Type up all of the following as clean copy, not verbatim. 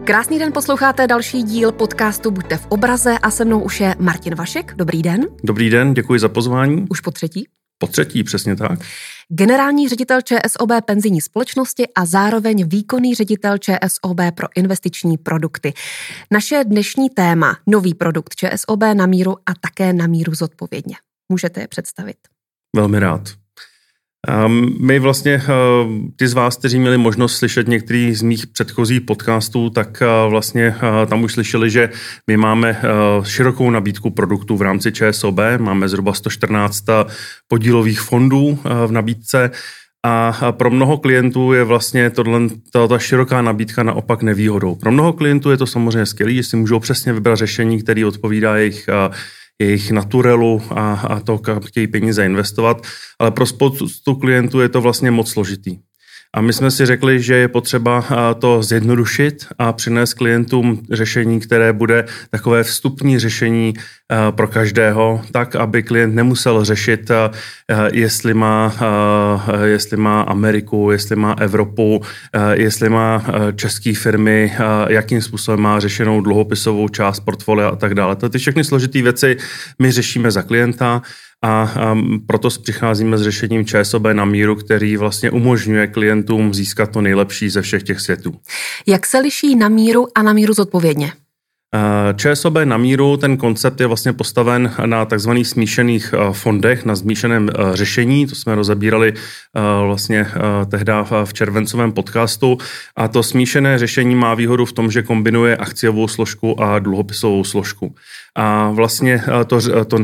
Krásný den, posloucháte další díl podcastu Buďte v obraze a se mnou už je Martin Vašek. Dobrý den. Dobrý den, děkuji za pozvání. Už po třetí? Po třetí, přesně tak. Generální ředitel ČSOB penzijní společnosti a zároveň výkonný ředitel ČSOB pro investiční produkty. Naše dnešní téma, nový produkt ČSOB na míru a také na míru zodpovědně. Můžete je představit? Velmi rád. My vlastně, ty z vás, kteří měli možnost slyšet některý z mých předchozích podcastů, tak vlastně tam už slyšeli, že my máme širokou nabídku produktů v rámci ČSOB, máme zhruba 114 podílových fondů v nabídce a pro mnoho klientů je vlastně ta široká nabídka naopak nevýhodou. Pro mnoho klientů je to samozřejmě skvělé, že si můžou přesně vybrat řešení, které odpovídá jejich naturelu a to, kam chtějí peníze investovat, ale pro spoustu klientů je to vlastně moc složitý. A my jsme si řekli, že je potřeba to zjednodušit a přinést klientům řešení, které bude takové vstupní řešení pro každého, tak, aby klient nemusel řešit, jestli má Ameriku, jestli má Evropu, jestli má české firmy, jakým způsobem má řešenou dluhopisovou část portfolia a tak dále. Ty všechny složité věci my řešíme za klienta, a proto přicházíme s řešením ČSOB na míru, který vlastně umožňuje klientům získat to nejlepší ze všech těch světů. Jak se liší na míru a na míru zodpovědně? ČSOB na míru, ten koncept je vlastně postaven na takzvaných smíšených fondech, na smíšeném řešení, to jsme rozebírali vlastně tehdy v červencovém podcastu a to smíšené řešení má výhodu v tom, že kombinuje akciovou složku a dluhopisovou složku. A vlastně to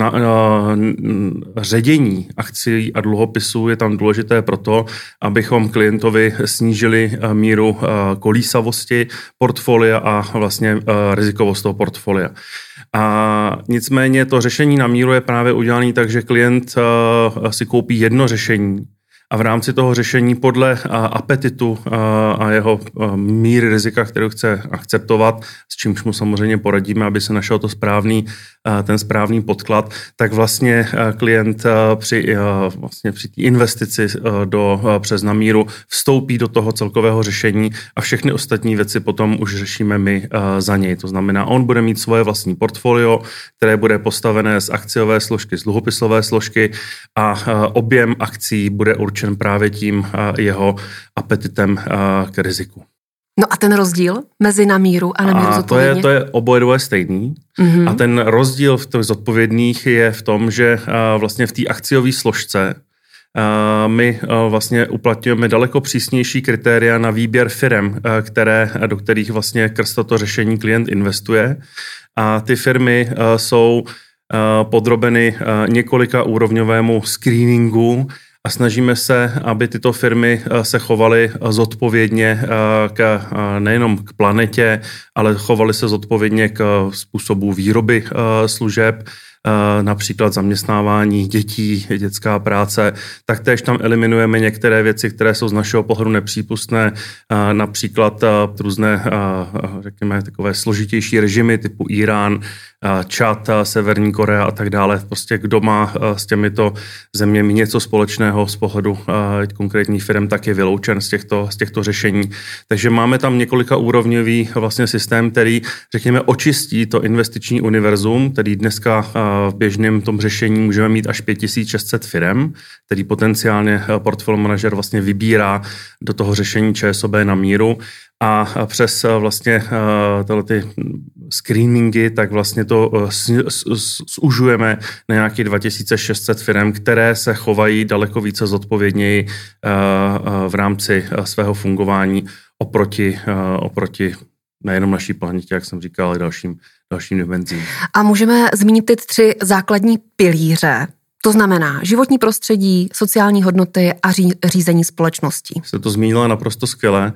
ředění akcií a dluhopisů je tam důležité proto, abychom klientovi snížili míru kolísavosti portfolia a vlastně rizikovost toho portfolia. A nicméně to řešení na míru je právě udělané tak, že klient si koupí jedno řešení a v rámci toho řešení podle apetitu a jeho míry rizika, kterou chce akceptovat, s čímž mu samozřejmě poradíme, aby se našel ten správný podklad, tak vlastně klient při té investici přes na míru vstoupí do toho celkového řešení a všechny ostatní věci potom už řešíme my za něj. To znamená, on bude mít svoje vlastní portfolio, které bude postavené z akciové složky, z dluhopisové složky a objem akcí bude určen právě tím jeho apetitem k riziku. No a ten rozdíl mezi na míru a na míru zodpovědně? To je oboje dvoje stejný. Mm-hmm. A ten rozdíl v těch zodpovědných je v tom, že vlastně v té akciové složce my vlastně uplatňujeme daleko přísnější kritéria na výběr firem, do kterých vlastně skrz toto řešení klient investuje. A ty firmy jsou podrobeny několika úrovňovému screeningu a snažíme se, aby tyto firmy se chovaly zodpovědně nejenom k planetě, ale chovaly se zodpovědně k způsobu výroby služeb, například zaměstnávání dětí, dětská práce, taktéž tam eliminujeme některé věci, které jsou z našeho pohledu nepřípustné, například různé, řekněme, takové složitější režimy typu Irán, Čad, Severní Korea a tak dále. Prostě kdo má s těmito zeměmi něco společného z pohledu konkrétních firm, tak je vyloučen z těchto řešení. Takže máme tam několika úrovňový vlastně systém, který, řekněme, očistí to investiční univerzum, který dneska v běžném tom řešení můžeme mít až 5600 firem, který potenciálně portfolio manažer vlastně vybírá do toho řešení ČSOB na míru. A přes vlastně tyhle ty screeningy, tak vlastně to zužujeme na nějakých 2600 firm, které se chovají daleko více zodpovědněji v rámci svého fungování oproti nejenom naší planetě, jak jsem říkal, ale dalším dimenzím. A můžeme zmínit ty 3 základní pilíře. To znamená životní prostředí, sociální hodnoty a řízení společností. Jste to zmínila naprosto skvěle.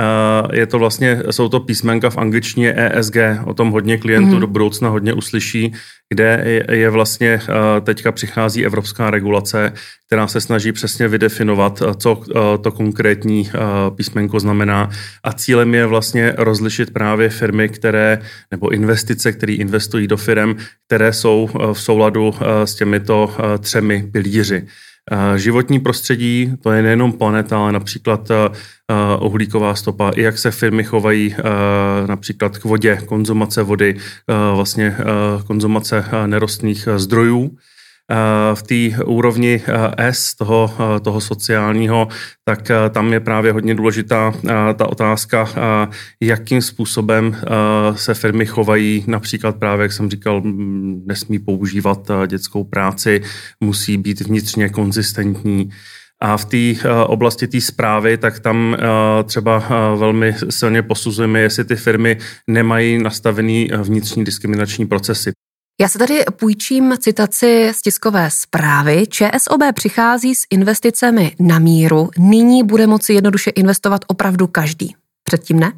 Jsou to písmenka v angličtině ESG, o tom hodně klientů do budoucna hodně uslyší, kde je vlastně teďka přichází evropská regulace, která se snaží přesně vydefinovat, co to konkrétní písmenko znamená a cílem je vlastně rozlišit právě firmy, nebo investice, které investují do firm, které jsou v souladu s těmito 3 pilíři. Životní prostředí, to je nejenom planeta, ale například uhlíková stopa, i jak se firmy chovají například k vodě, konzumace vody, vlastně konzumace nerostných zdrojů. V té úrovni S, toho sociálního, tak tam je právě hodně důležitá ta otázka, jakým způsobem se firmy chovají, například právě, jak jsem říkal, nesmí používat dětskou práci, musí být vnitřně konzistentní. A v té oblasti té správy, tak tam třeba velmi silně posuzujeme, jestli ty firmy nemají nastavený vnitřní diskriminační procesy. Já se tady půjčím citaci z tiskové zprávy. ČSOB přichází s investicemi na míru. Nyní bude moci jednoduše investovat opravdu každý. Předtím ne?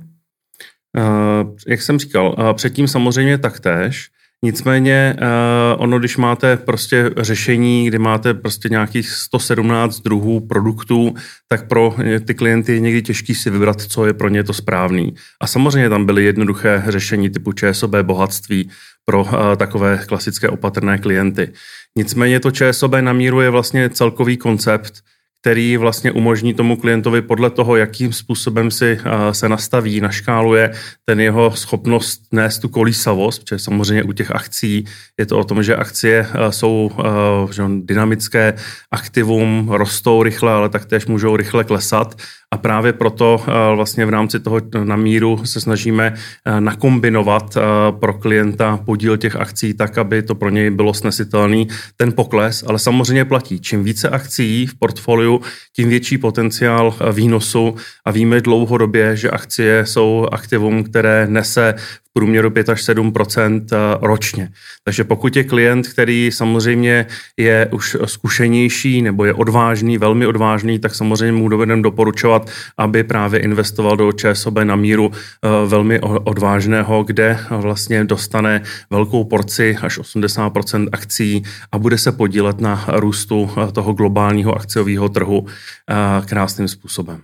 Jak jsem říkal, předtím samozřejmě taktéž. Nicméně ono, když máte prostě řešení, kdy máte prostě nějakých 117 druhů produktů, tak pro ty klienty je někdy těžký si vybrat, co je pro ně to správný. A samozřejmě tam byly jednoduché řešení typu ČSOB bohatství pro takové klasické opatrné klienty. Nicméně to ČSOB na míru je vlastně celkový koncept, který vlastně umožní tomu klientovi podle toho, jakým způsobem si se nastaví, naškáluje ten jeho schopnost nést tu kolísavost, protože samozřejmě u těch akcí je to o tom, že akcie jsou dynamické aktivum, rostou rychle, ale taktéž můžou rychle klesat. A právě proto vlastně v rámci toho na míru se snažíme nakombinovat pro klienta podíl těch akcí tak, aby to pro něj bylo snesitelný ten pokles, ale samozřejmě platí. Čím více akcí v portfoliu, tím větší potenciál výnosu a víme dlouhodobě, že akcie jsou aktivum, které nese v průměru 5 až 7% ročně. Takže pokud je klient, který samozřejmě je už zkušenější nebo je odvážný, velmi odvážný, tak samozřejmě mu dovedeme doporučovat, aby právě investoval do ČSOB na míru velmi odvážného, kde vlastně dostane velkou porci až 80% akcí a bude se podílet na růstu toho globálního akciového trhu krásným způsobem.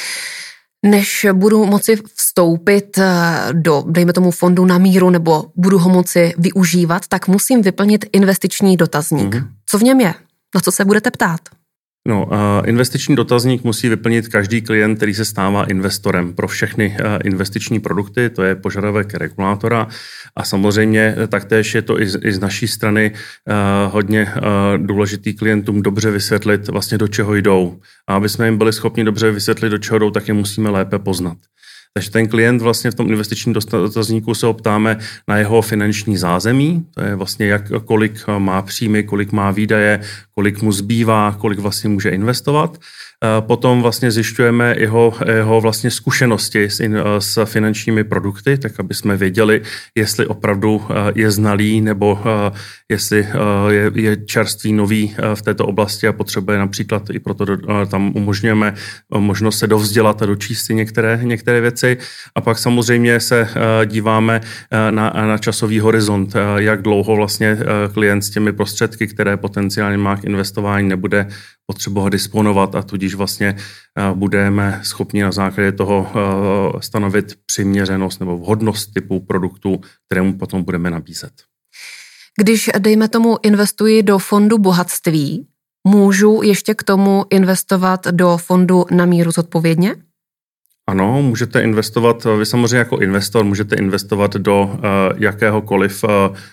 Než budu moci vstoupit do, dejme tomu, fondu na míru nebo budu ho moci využívat, tak musím vyplnit investiční dotazník. Co v něm je? Na co se budete ptát? No, investiční dotazník musí vyplnit každý klient, který se stává investorem pro všechny investiční produkty, to je požadavek regulátora a samozřejmě taktéž je to i z naší strany hodně důležitý klientům dobře vysvětlit vlastně do čeho jdou. A aby jsme jim byli schopni dobře vysvětlit, do čeho jdou, tak je musíme lépe poznat. Takže ten klient vlastně v tom investičním dotazníku se optáme na jeho finanční zázemí, to je vlastně kolik má příjmy, kolik má výdaje, kolik mu zbývá, kolik vlastně může investovat. Potom vlastně zjišťujeme jeho vlastně zkušenosti s finančními produkty, tak aby jsme věděli, jestli opravdu je znalý nebo jestli je čerstvý nový v této oblasti a potřebuje například i proto tam umožňujeme možnost se dovzdělat a dočíst si některé věci. A pak samozřejmě se díváme na časový horizont, jak dlouho vlastně klient s těmi prostředky, které potenciálně má k investování, nebude potřebovat disponovat a tudíž vlastně budeme schopni na základě toho stanovit přiměřenost nebo vhodnost typu produktu, kterému potom budeme nabízet. Když, dejme tomu, investuji do fondu bohatství, můžu ještě k tomu investovat do fondu na míru zodpovědně? Ano, můžete investovat, vy samozřejmě jako investor můžete investovat do jakéhokoliv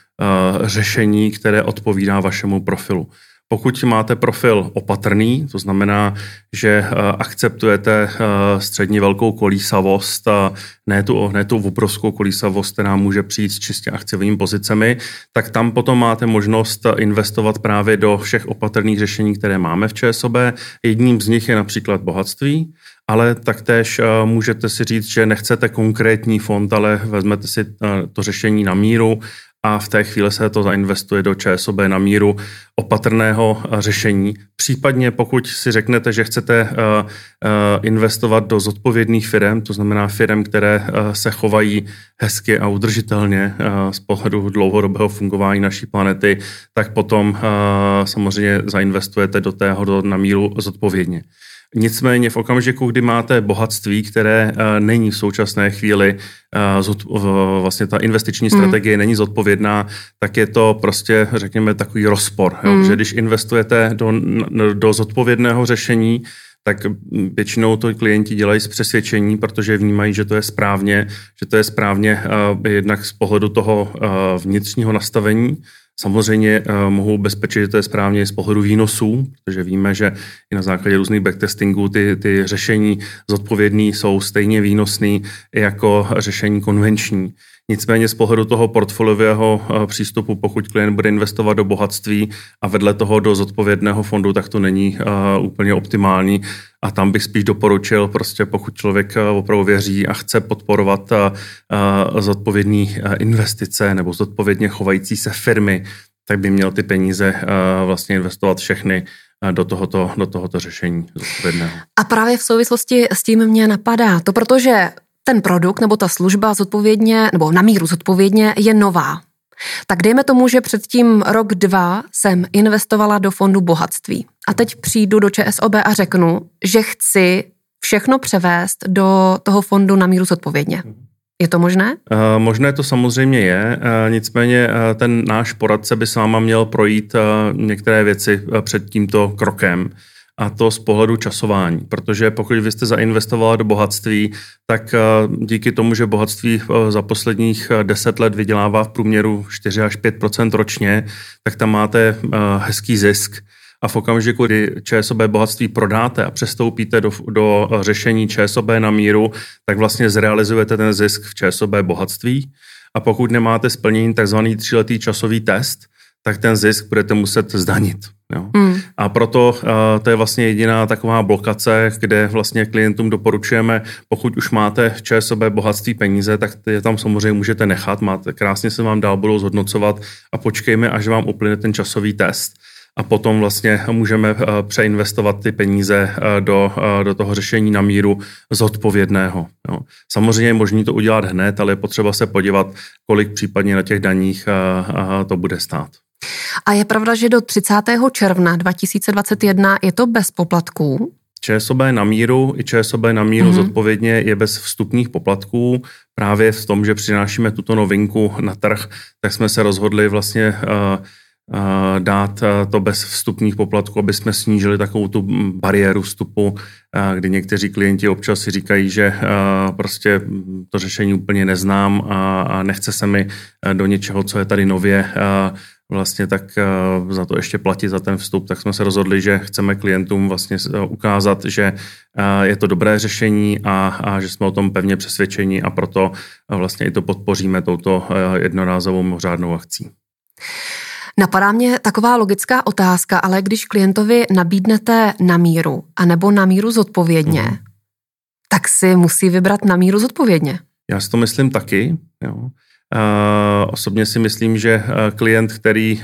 řešení, které odpovídá vašemu profilu. Pokud máte profil opatrný, to znamená, že akceptujete středně velkou kolísavost, ne tu obrovskou kolísavost, která může přijít s čistě akciovými pozicemi, tak tam potom máte možnost investovat právě do všech opatrných řešení, které máme v ČSOB. Jedním z nich je například bohatství, ale taktéž můžete si říct, že nechcete konkrétní fond, ale vezmete si to řešení na míru a v té chvíli se to zainvestuje do ČSOB na míru opatrného řešení. Případně pokud si řeknete, že chcete investovat do zodpovědných firem, to znamená firem, které se chovají hezky a udržitelně z pohledu dlouhodobého fungování naší planety, tak potom samozřejmě zainvestujete do tého na míru zodpovědně. Nicméně v okamžiku, kdy máte bohatství, které není v současné chvíli, vlastně ta investiční strategie není zodpovědná, tak je to prostě, řekněme, takový rozpor. Jo? Že když investujete do zodpovědného řešení, tak většinou to klienti dělají z přesvědčení, protože vnímají, že to je správně jednak z pohledu toho vnitřního nastavení. Samozřejmě mohu bezpečit, že to je správně z pohledu výnosů, protože víme, že i na základě různých backtestingů ty řešení zodpovědný jsou stejně výnosný jako řešení konvenční. Nicméně z pohledu toho portfoliového přístupu, pokud klient bude investovat do bohatství a vedle toho do zodpovědného fondu, tak to není úplně optimální. A tam bych spíš doporučil, prostě pokud člověk opravdu věří a chce podporovat zodpovědné investice nebo zodpovědně chovající se firmy, tak by měl ty peníze vlastně investovat všechny do tohoto řešení zodpovědného. A právě v souvislosti s tím mě napadá to, protože ten produkt nebo ta služba zodpovědně, nebo na míru zodpovědně je nová. Tak dejme tomu, že předtím rok, 2 jsem investovala do fondu bohatství. A teď přijdu do ČSOB a řeknu, že chci všechno převést do toho fondu na míru zodpovědně. Je to možné? Možné to samozřejmě je, nicméně ten náš poradce by s váma měl projít některé věci před tímto krokem. A to z pohledu časování, protože pokud vy jste zainvestovala do bohatství, tak díky tomu, že bohatství za posledních 10 let vydělává v průměru 4 až 5% ročně, tak tam máte hezký zisk. A v okamžiku, kdy ČSOB bohatství prodáte a přestoupíte do řešení ČSOB na míru, tak vlastně zrealizujete ten zisk v ČSOB bohatství. A pokud nemáte splněný tzv. 3letý časový test, tak ten zisk budete muset zdanit. Jo. A proto to je vlastně jediná taková blokace, kde vlastně klientům doporučujeme, pokud už máte v ČSOB bohatství peníze, tak je tam samozřejmě můžete nechat, krásně se vám dál budou zhodnocovat a počkejme, až vám uplyne ten časový test. A potom vlastně můžeme přeinvestovat ty peníze do toho řešení na míru zodpovědného. Jo. Samozřejmě je možné to udělat hned, ale je potřeba se podívat, kolik případně na těch daních to bude stát. A je pravda, že do 30. června 2021 je to bez poplatků? ČSOB na míru i ČSOB na míru zodpovědně je bez vstupních poplatků. Právě v tom, že přinášíme tuto novinku na trh, tak jsme se rozhodli vlastně dát to bez vstupních poplatků, aby jsme snížili takovou tu bariéru vstupu, kdy někteří klienti občas si říkají, že prostě to řešení úplně neznám a nechce se mi do něčeho, co je tady nově, vlastně tak za to ještě platit za ten vstup, tak jsme se rozhodli, že chceme klientům vlastně ukázat, že je to dobré řešení a že jsme o tom pevně přesvědčení a proto vlastně i to podpoříme touto jednorázovou mimořádnou akcí. Napadá mě taková logická otázka, ale když klientovi nabídnete na míru anebo na míru zodpovědně, tak si musí vybrat na míru zodpovědně. Já si to myslím taky. Jo. Osobně si myslím, že klient, který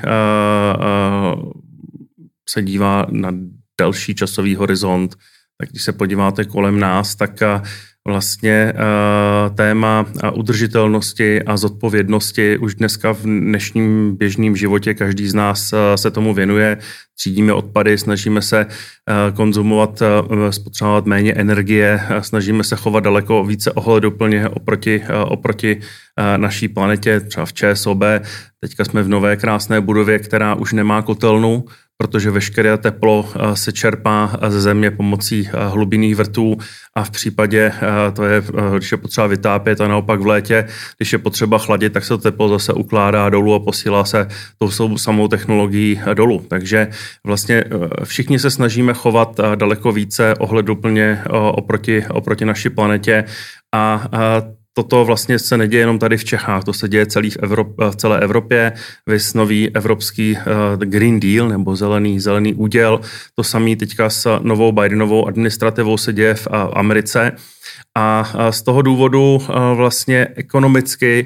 se dívá na delší časový horizont, tak když se podíváte kolem nás, tak vlastně téma udržitelnosti a zodpovědnosti už dneska v dnešním běžném životě každý z nás se tomu věnuje. Třídíme odpady, snažíme se konzumovat, spotřebovat méně energie, snažíme se chovat daleko více ohleduplně oproti naší planetě, třeba v ČSOB. Teďka jsme v nové krásné budově, která už nemá kotelnu, protože veškeré teplo se čerpá ze země pomocí hlubinných vrtů a v případě, to je, když je potřeba vytápět a naopak v létě, když je potřeba chladit, tak se to teplo zase ukládá dolů a posílá se tou samou technologií dolů. Takže vlastně všichni se snažíme chovat daleko více ohleduplně oproti naší planetě a toto vlastně se neděje jenom tady v Čechách, to se děje v celé Evropě, vys nový evropský Green Deal nebo zelený úděl. To samé teďka s novou Bidenovou administrativou se děje v Americe. A z toho důvodu vlastně ekonomicky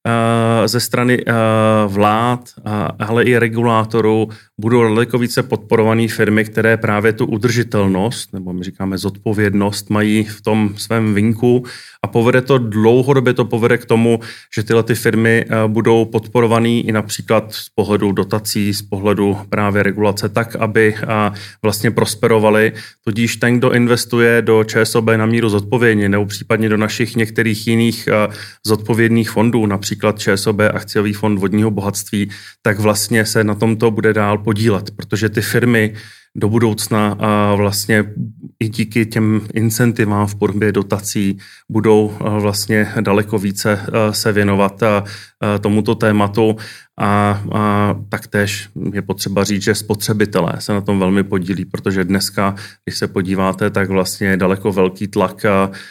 ze strany vlád, ale i regulátorů budou daleko více podporované firmy, které právě tu udržitelnost, nebo my říkáme zodpovědnost, mají v tom svém vínku a dlouhodobě to povede k tomu, že tyhle ty firmy budou podporované i například z pohledu dotací, z pohledu právě regulace tak, aby vlastně prosperovaly. Tudíž ten, kdo investuje do ČSOB na míru zodpovědně nebo případně do našich některých jiných zodpovědných fondů, například ČSOB akciový fond vodního bohatství, tak vlastně se na tomto bude dál podílet, protože ty firmy do budoucna vlastně i díky těm incentivám v podobě dotací budou vlastně daleko více se věnovat tomuto tématu a taktéž je potřeba říct, že spotřebitelé se na tom velmi podílí, protože dneska, když se podíváte, tak vlastně je daleko velký tlak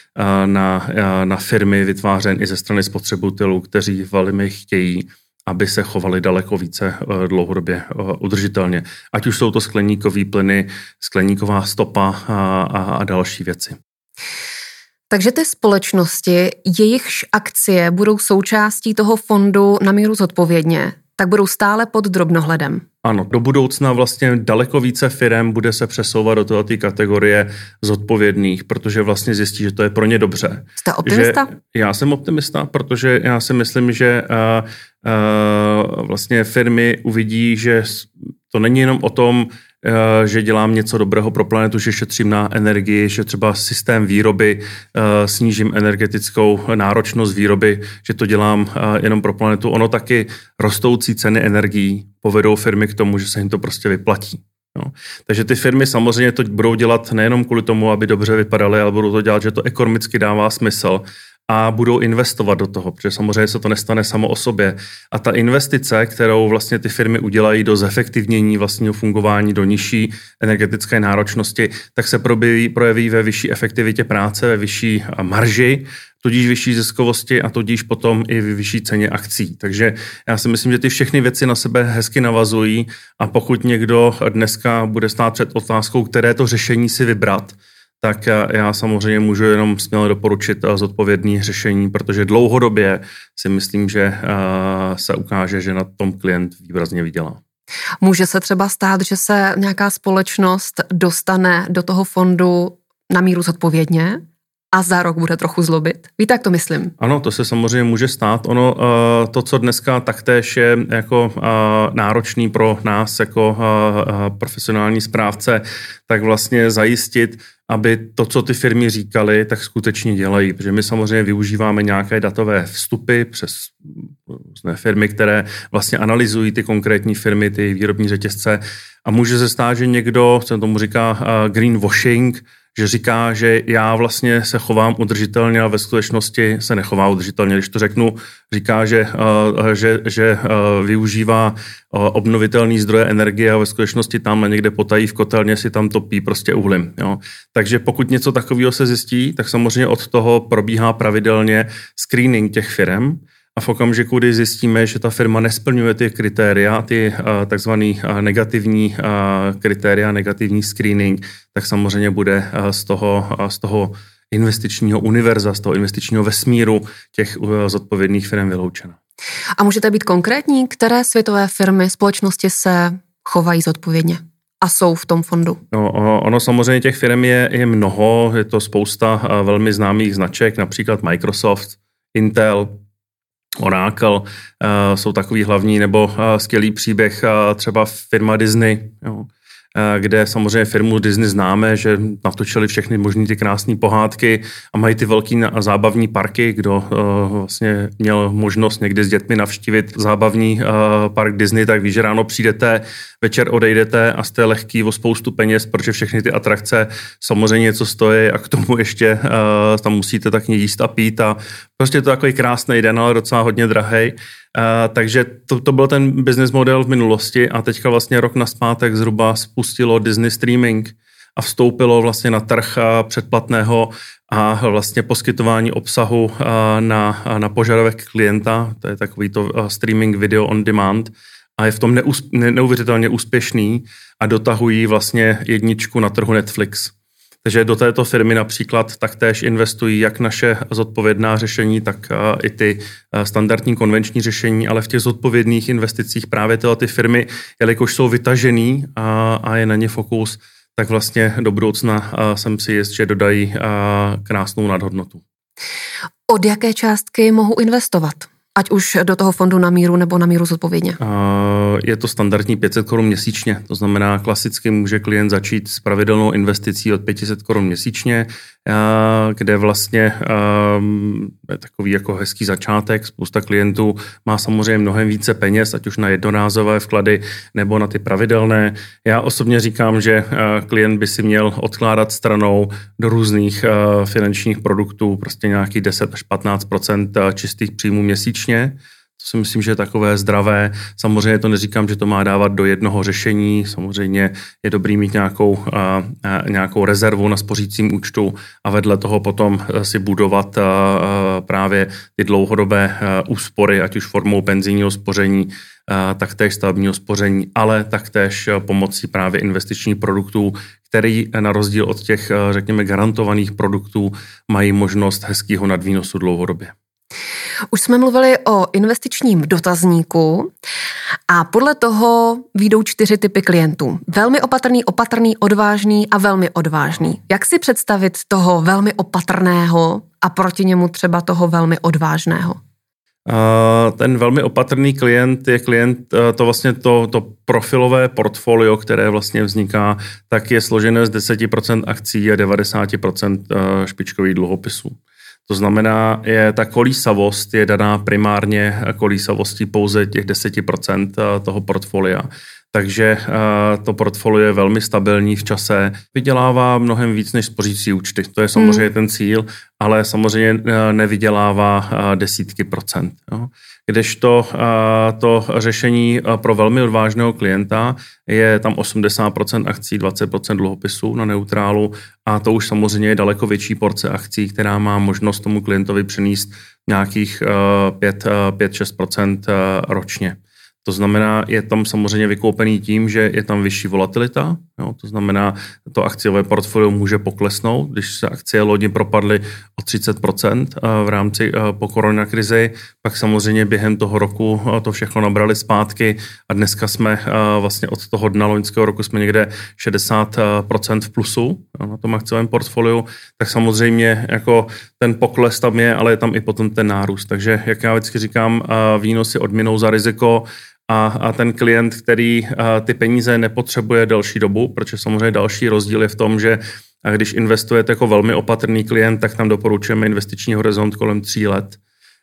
na firmy vytvářen i ze strany spotřebitelů, kteří velmi chtějí, aby se chovali daleko více dlouhodobě udržitelně. Ať už jsou to skleníkové plyny, skleníková stopa a další věci. Takže ty společnosti, jejichž akcie budou součástí toho fondu na míru zodpovědně, tak budou stále pod drobnohledem. Ano, do budoucna vlastně daleko více firem bude se přesouvat do této kategorie zodpovědných, protože vlastně zjistí, že to je pro ně dobře. Jste optimista? Já jsem optimista, protože já si myslím, že vlastně firmy uvidí, že to není jenom o tom, že dělám něco dobrého pro planetu, že šetřím na energii, že třeba systém výroby, snížím energetickou náročnost výroby, že to dělám jenom pro planetu. Ono taky rostoucí ceny energií povedou firmy k tomu, že se jim to prostě vyplatí. No. Takže ty firmy samozřejmě to budou dělat nejenom kvůli tomu, aby dobře vypadaly, ale budou to dělat, že to ekonomicky dává smysl a budou investovat do toho, protože samozřejmě se to nestane samo o sobě. A ta investice, kterou vlastně ty firmy udělají do zefektivnění vlastního fungování, do nižší energetické náročnosti, tak se projeví ve vyšší efektivitě práce, ve vyšší marži, tudíž vyšší ziskovosti a tudíž potom i vyšší ceně akcí. Takže já si myslím, že ty všechny věci na sebe hezky navazují a pokud někdo dneska bude stát před otázkou, které to řešení si vybrat, tak já samozřejmě můžu jenom směle doporučit zodpovědné řešení, protože dlouhodobě si myslím, že se ukáže, že na tom klient výrazně vydělá. Může se třeba stát, že se nějaká společnost dostane do toho fondu na míru zodpovědně a za rok bude trochu zlobit? Víte, jak to myslím? Ano, to se samozřejmě může stát. Ono, to, co dneska taktéž je jako náročný pro nás jako profesionální správce, tak vlastně zajistit, aby to, co ty firmy říkaly, tak skutečně dělají. Protože my samozřejmě využíváme nějaké datové vstupy přes různé firmy, které vlastně analyzují ty konkrétní firmy, ty výrobní řetězce a může se stát, že někdo, se tomu říká greenwashing, že říká, že já vlastně se chovám udržitelně, ale ve skutečnosti se nechová udržitelně. Když to řeknu, říká, že využívá obnovitelný zdroje energie a ve skutečnosti tam někde potají v kotelně si tam topí prostě uhlím. Jo. Takže pokud něco takového se zjistí, tak samozřejmě od toho probíhá pravidelně screening těch firem. A v okamžiku, kdy zjistíme, že ta firma nesplňuje ty kritéria, ty takzvaný negativní kritéria, negativní screening, tak samozřejmě bude z toho investičního univerza, z toho investičního vesmíru těch zodpovědných firm vyloučena. A můžete být konkrétní, které světové firmy, společnosti se chovají zodpovědně a jsou v tom fondu? No, ono samozřejmě těch firm je mnoho, je to spousta velmi známých značek, například Microsoft, Intel, Oracle, jsou takový hlavní, nebo skvělý příběh třeba firma Disney, jo, kde samozřejmě firmu Disney známe, že natočili všechny možný ty krásné pohádky a mají ty velký zábavní parky, kdo vlastně měl možnost někdy s dětmi navštívit zábavní park Disney, tak ví, že ráno přijdete, večer odejdete a jste lehký o spoustu peněz, protože všechny ty atrakce samozřejmě něco stojí a k tomu ještě tam musíte tak jíst a pít a prostě to takový krásný den, ale docela hodně drahej. Takže to byl ten business model v minulosti a teďka vlastně rok nazpátek zhruba spustilo Disney Streaming a vstoupilo vlastně na trh předplatného a vlastně poskytování obsahu na požadavek klienta, to je takový to streaming video on demand a je v tom neuvěřitelně úspěšný a dotahují vlastně jedničku na trhu Netflix. Takže do této firmy například taktéž investují jak naše zodpovědná řešení, tak i ty standardní konvenční řešení, ale v těch zodpovědných investicích právě tyhle ty firmy, jelikož jsou vytažený a je na ně fokus, tak vlastně do budoucna jsem si jist, že dodají krásnou nadhodnotu. Od jaké částky mohu investovat? Ať už do toho fondu na míru nebo na míru zodpovědně? Je to standardní 500 Kč měsíčně. To znamená, klasicky může klient začít s pravidelnou investicí od 500 Kč měsíčně, kde vlastně je takový jako hezký začátek. Spousta klientů má samozřejmě mnohem více peněz, ať už na jednorázové vklady nebo na ty pravidelné. Já osobně říkám, že klient by si měl odkládat stranou do různých finančních produktů prostě nějakých 10 až 15% čistých příjmů měsíčně. To si myslím, že je takové zdravé. Samozřejmě to neříkám, že to má dávat do jednoho řešení. Samozřejmě je dobrý mít nějakou rezervu na spořícím účtu a vedle toho potom si budovat právě ty dlouhodobé úspory, ať už formou penzijního spoření, taktéž stavebního spoření, ale taktéž pomocí právě investičních produktů, který na rozdíl od těch, řekněme, garantovaných produktů mají možnost hezkého nadvýnosu dlouhodobě. Už jsme mluvili o investičním dotazníku a podle toho vyjdou 4 typy klientů. Velmi opatrný, odvážný a velmi odvážný. Jak si představit toho velmi opatrného a proti němu třeba toho velmi odvážného? Ten velmi opatrný klient je klient, to profilové portfolio, které vlastně vzniká, tak je složené z 10% akcí a 90% špičkových dluhopisů. To znamená, ta kolísavost je daná primárně kolísavostí pouze těch 10% toho portfolia. Takže to portfolio je velmi stabilní v čase, vydělává mnohem víc než spořící účty. To je samozřejmě ten cíl, ale samozřejmě nevydělává desítky procent. Jo. Kdežto to řešení pro velmi odvážného klienta je tam 80% akcí, 20% dluhopisů na neutrálu a to už samozřejmě je daleko větší porce akcí, která má možnost tomu klientovi přenést nějakých 5-6% ročně. To znamená, je tam samozřejmě vykoupený tím, že je tam vyšší volatilita, jo, to znamená, to akciové portfolio může poklesnout, když se akcie loni propadly o 30% v rámci po koronakrizi, pak samozřejmě během toho roku to všechno nabrali zpátky a dneska jsme vlastně od toho dna loňského roku jsme někde 60% v plusu na tom akciovém portfoliu, tak samozřejmě jako ten pokles tam je, ale je tam i potom ten nárůst. Takže jak já vždycky říkám, výnosy odměnou za riziko, a ten klient, který ty peníze nepotřebuje delší dobu, protože samozřejmě další rozdíl je v tom, že když investujete jako velmi opatrný klient, tak tam doporučujeme investiční horizont kolem 3 let.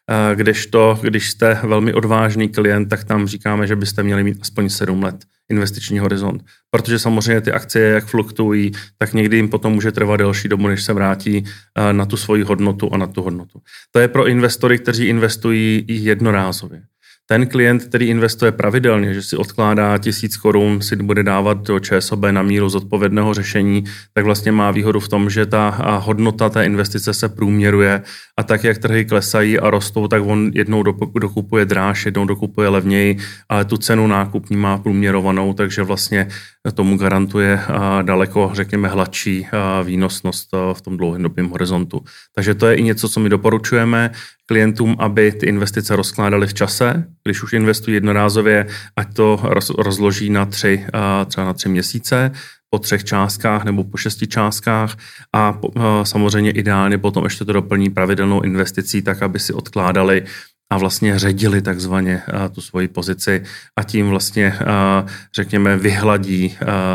Když jste velmi odvážný klient, tak tam říkáme, že byste měli mít aspoň 7 let investiční horizont. Protože samozřejmě ty akcie, jak fluktuují, tak někdy jim potom může trvat delší dobu, než se vrátí na tu svoji hodnotu a na tu hodnotu. To je pro investory, kteří investují jednorázově. Ten klient, který investuje pravidelně, že si odkládá 1000 Kč, si bude dávat do ČSOB na míru zodpovědného řešení, tak vlastně má výhodu v tom, že ta hodnota té investice se průměruje a tak, jak trhy klesají a rostou, tak on jednou dokupuje dráž, jednou dokupuje levněji, ale tu cenu nákupní má průměrovanou, takže vlastně tomu garantuje daleko, řekněme, hladší výnosnost v tom dlouhodobém horizontu. Takže to je i něco, co my doporučujeme klientům, aby ty investice rozkládaly v čase. Když už investují jednorázově, ať to rozloží na třeba na 3 měsíce, po 3 částkách nebo po 6 částkách a samozřejmě ideálně potom ještě to doplní pravidelnou investicí, tak aby si odkládali a vlastně ředili takzvaně tu svoji pozici a tím vlastně, řekněme, vyhladí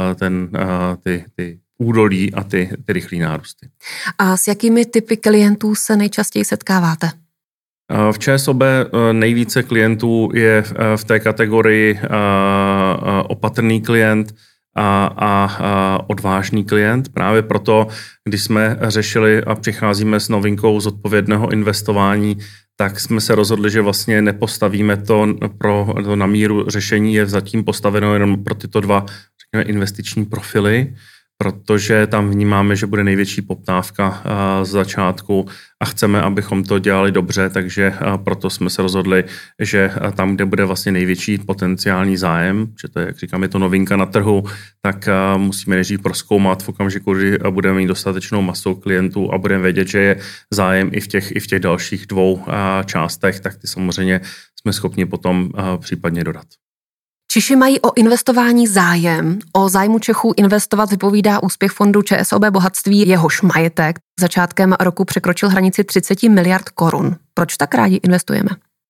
ty údolí a ty rychlý nárůsty. A s jakými typy klientů se nejčastěji setkáváte? V ČSOB nejvíce klientů je v té kategorii opatrný klient a odvážný klient. Právě proto, když jsme řešili a přicházíme s novinkou zodpovědného investování, tak jsme se rozhodli, že vlastně nepostavíme to na míru řešení, je zatím postaveno jenom pro tyto 2, řekněme, investiční profily. protože tam vnímáme, že bude největší poptávka z začátku a chceme, abychom to dělali dobře, takže proto jsme se rozhodli, že tam, kde bude vlastně největší potenciální zájem, že to je, jak říkám, je to novinka na trhu, tak musíme nejdřív prozkoumat v okamžiku, kdy budeme mít dostatečnou masu klientů a budeme vědět, že je zájem i v těch dalších 2 částech, tak ty samozřejmě jsme schopni potom případně dodat. Češi mají o investování zájem. O zájmu Čechů investovat vypovídá úspěch fondu ČSOB Bohatství, jehož majetek začátkem roku překročil hranici 30 miliard korun. Proč tak rádi investujeme?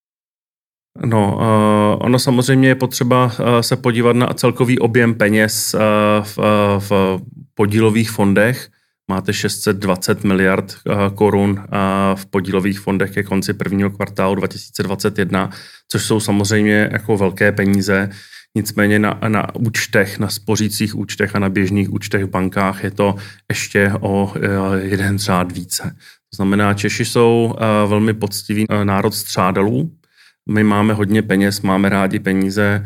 No, ono samozřejmě je potřeba se podívat na celkový objem peněz v podílových fondech. Máte 620 miliard korun v podílových fondech ke konci prvního kvartálu 2021, což jsou samozřejmě jako velké peníze. Nicméně na účtech, na spořících účtech a na běžných účtech v bankách je to ještě o jeden řád více. To znamená, Češi jsou velmi poctivý národ střádalů. My máme hodně peněz, máme rádi peníze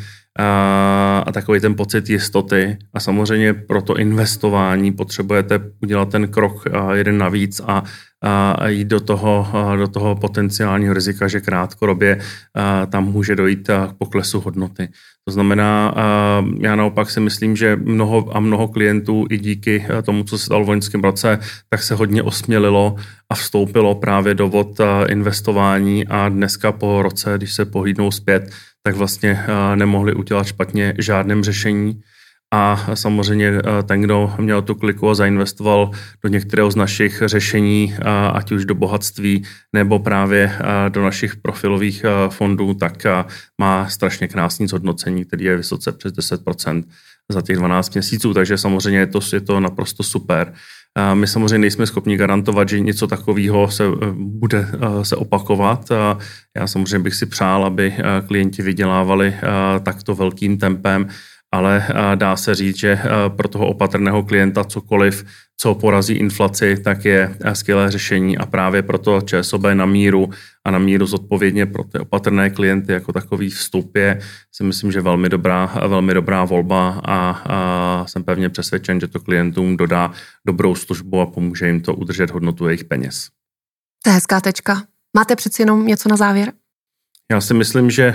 a takový ten pocit jistoty. A samozřejmě pro to investování potřebujete udělat ten krok jeden navíc a jít do toho potenciálního rizika, že krátkodobě tam může dojít k poklesu hodnoty. To znamená, já naopak si myslím, že mnoho klientů i díky tomu, co se stalo v loňském roce, tak se hodně osmělilo a vstoupilo právě do vod investování a dneska po roce, když se pohlídnou zpět, tak vlastně nemohli udělat špatně žádném řešení. A samozřejmě ten, kdo měl tu kliku a zainvestoval do některého z našich řešení, ať už do bohatství nebo právě do našich profilových fondů, tak má strašně krásný zhodnocení, který je vysoce přes 10% za těch 12 měsíců, takže samozřejmě je to naprosto super. My samozřejmě nejsme schopni garantovat, že něco takového se bude se opakovat. Já samozřejmě bych si přál, aby klienti vydělávali takto velkým tempem, ale dá se říct, že pro toho opatrného klienta cokoliv, co porazí inflaci, tak je skvělé řešení a právě proto ČSOB na míru a na míru zodpovědně pro ty opatrné klienty jako takový vstup je, si myslím, že velmi dobrá volba a jsem pevně přesvědčen, že to klientům dodá dobrou službu a pomůže jim to udržet hodnotu jejich peněz. To je hezká tečka. Máte přeci jenom něco na závěr? Já si myslím, že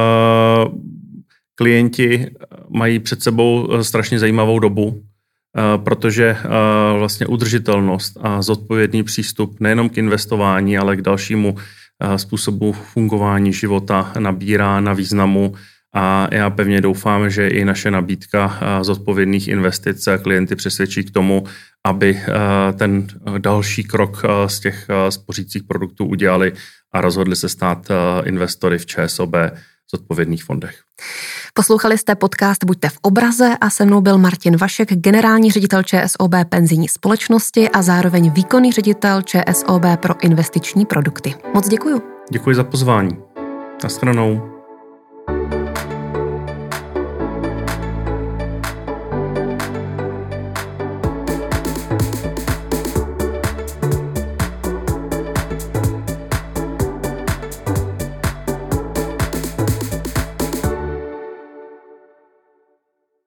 klienti mají před sebou strašně zajímavou dobu, protože vlastně udržitelnost a zodpovědný přístup nejenom k investování, ale k dalšímu způsobu fungování života nabírá na významu a já pevně doufám, že i naše nabídka zodpovědných investic klienty přesvědčí k tomu, aby ten další krok z těch spořících produktů udělali a rozhodli se stát investory v ČSOB zodpovědných fondech. Poslouchali jste podcast Buďte v obraze a se mnou byl Martin Vašek, generální ředitel ČSOB penzijní společnosti a zároveň výkonný ředitel ČSOB pro investiční produkty. Moc děkuju. Děkuji za pozvání. Nashledanou.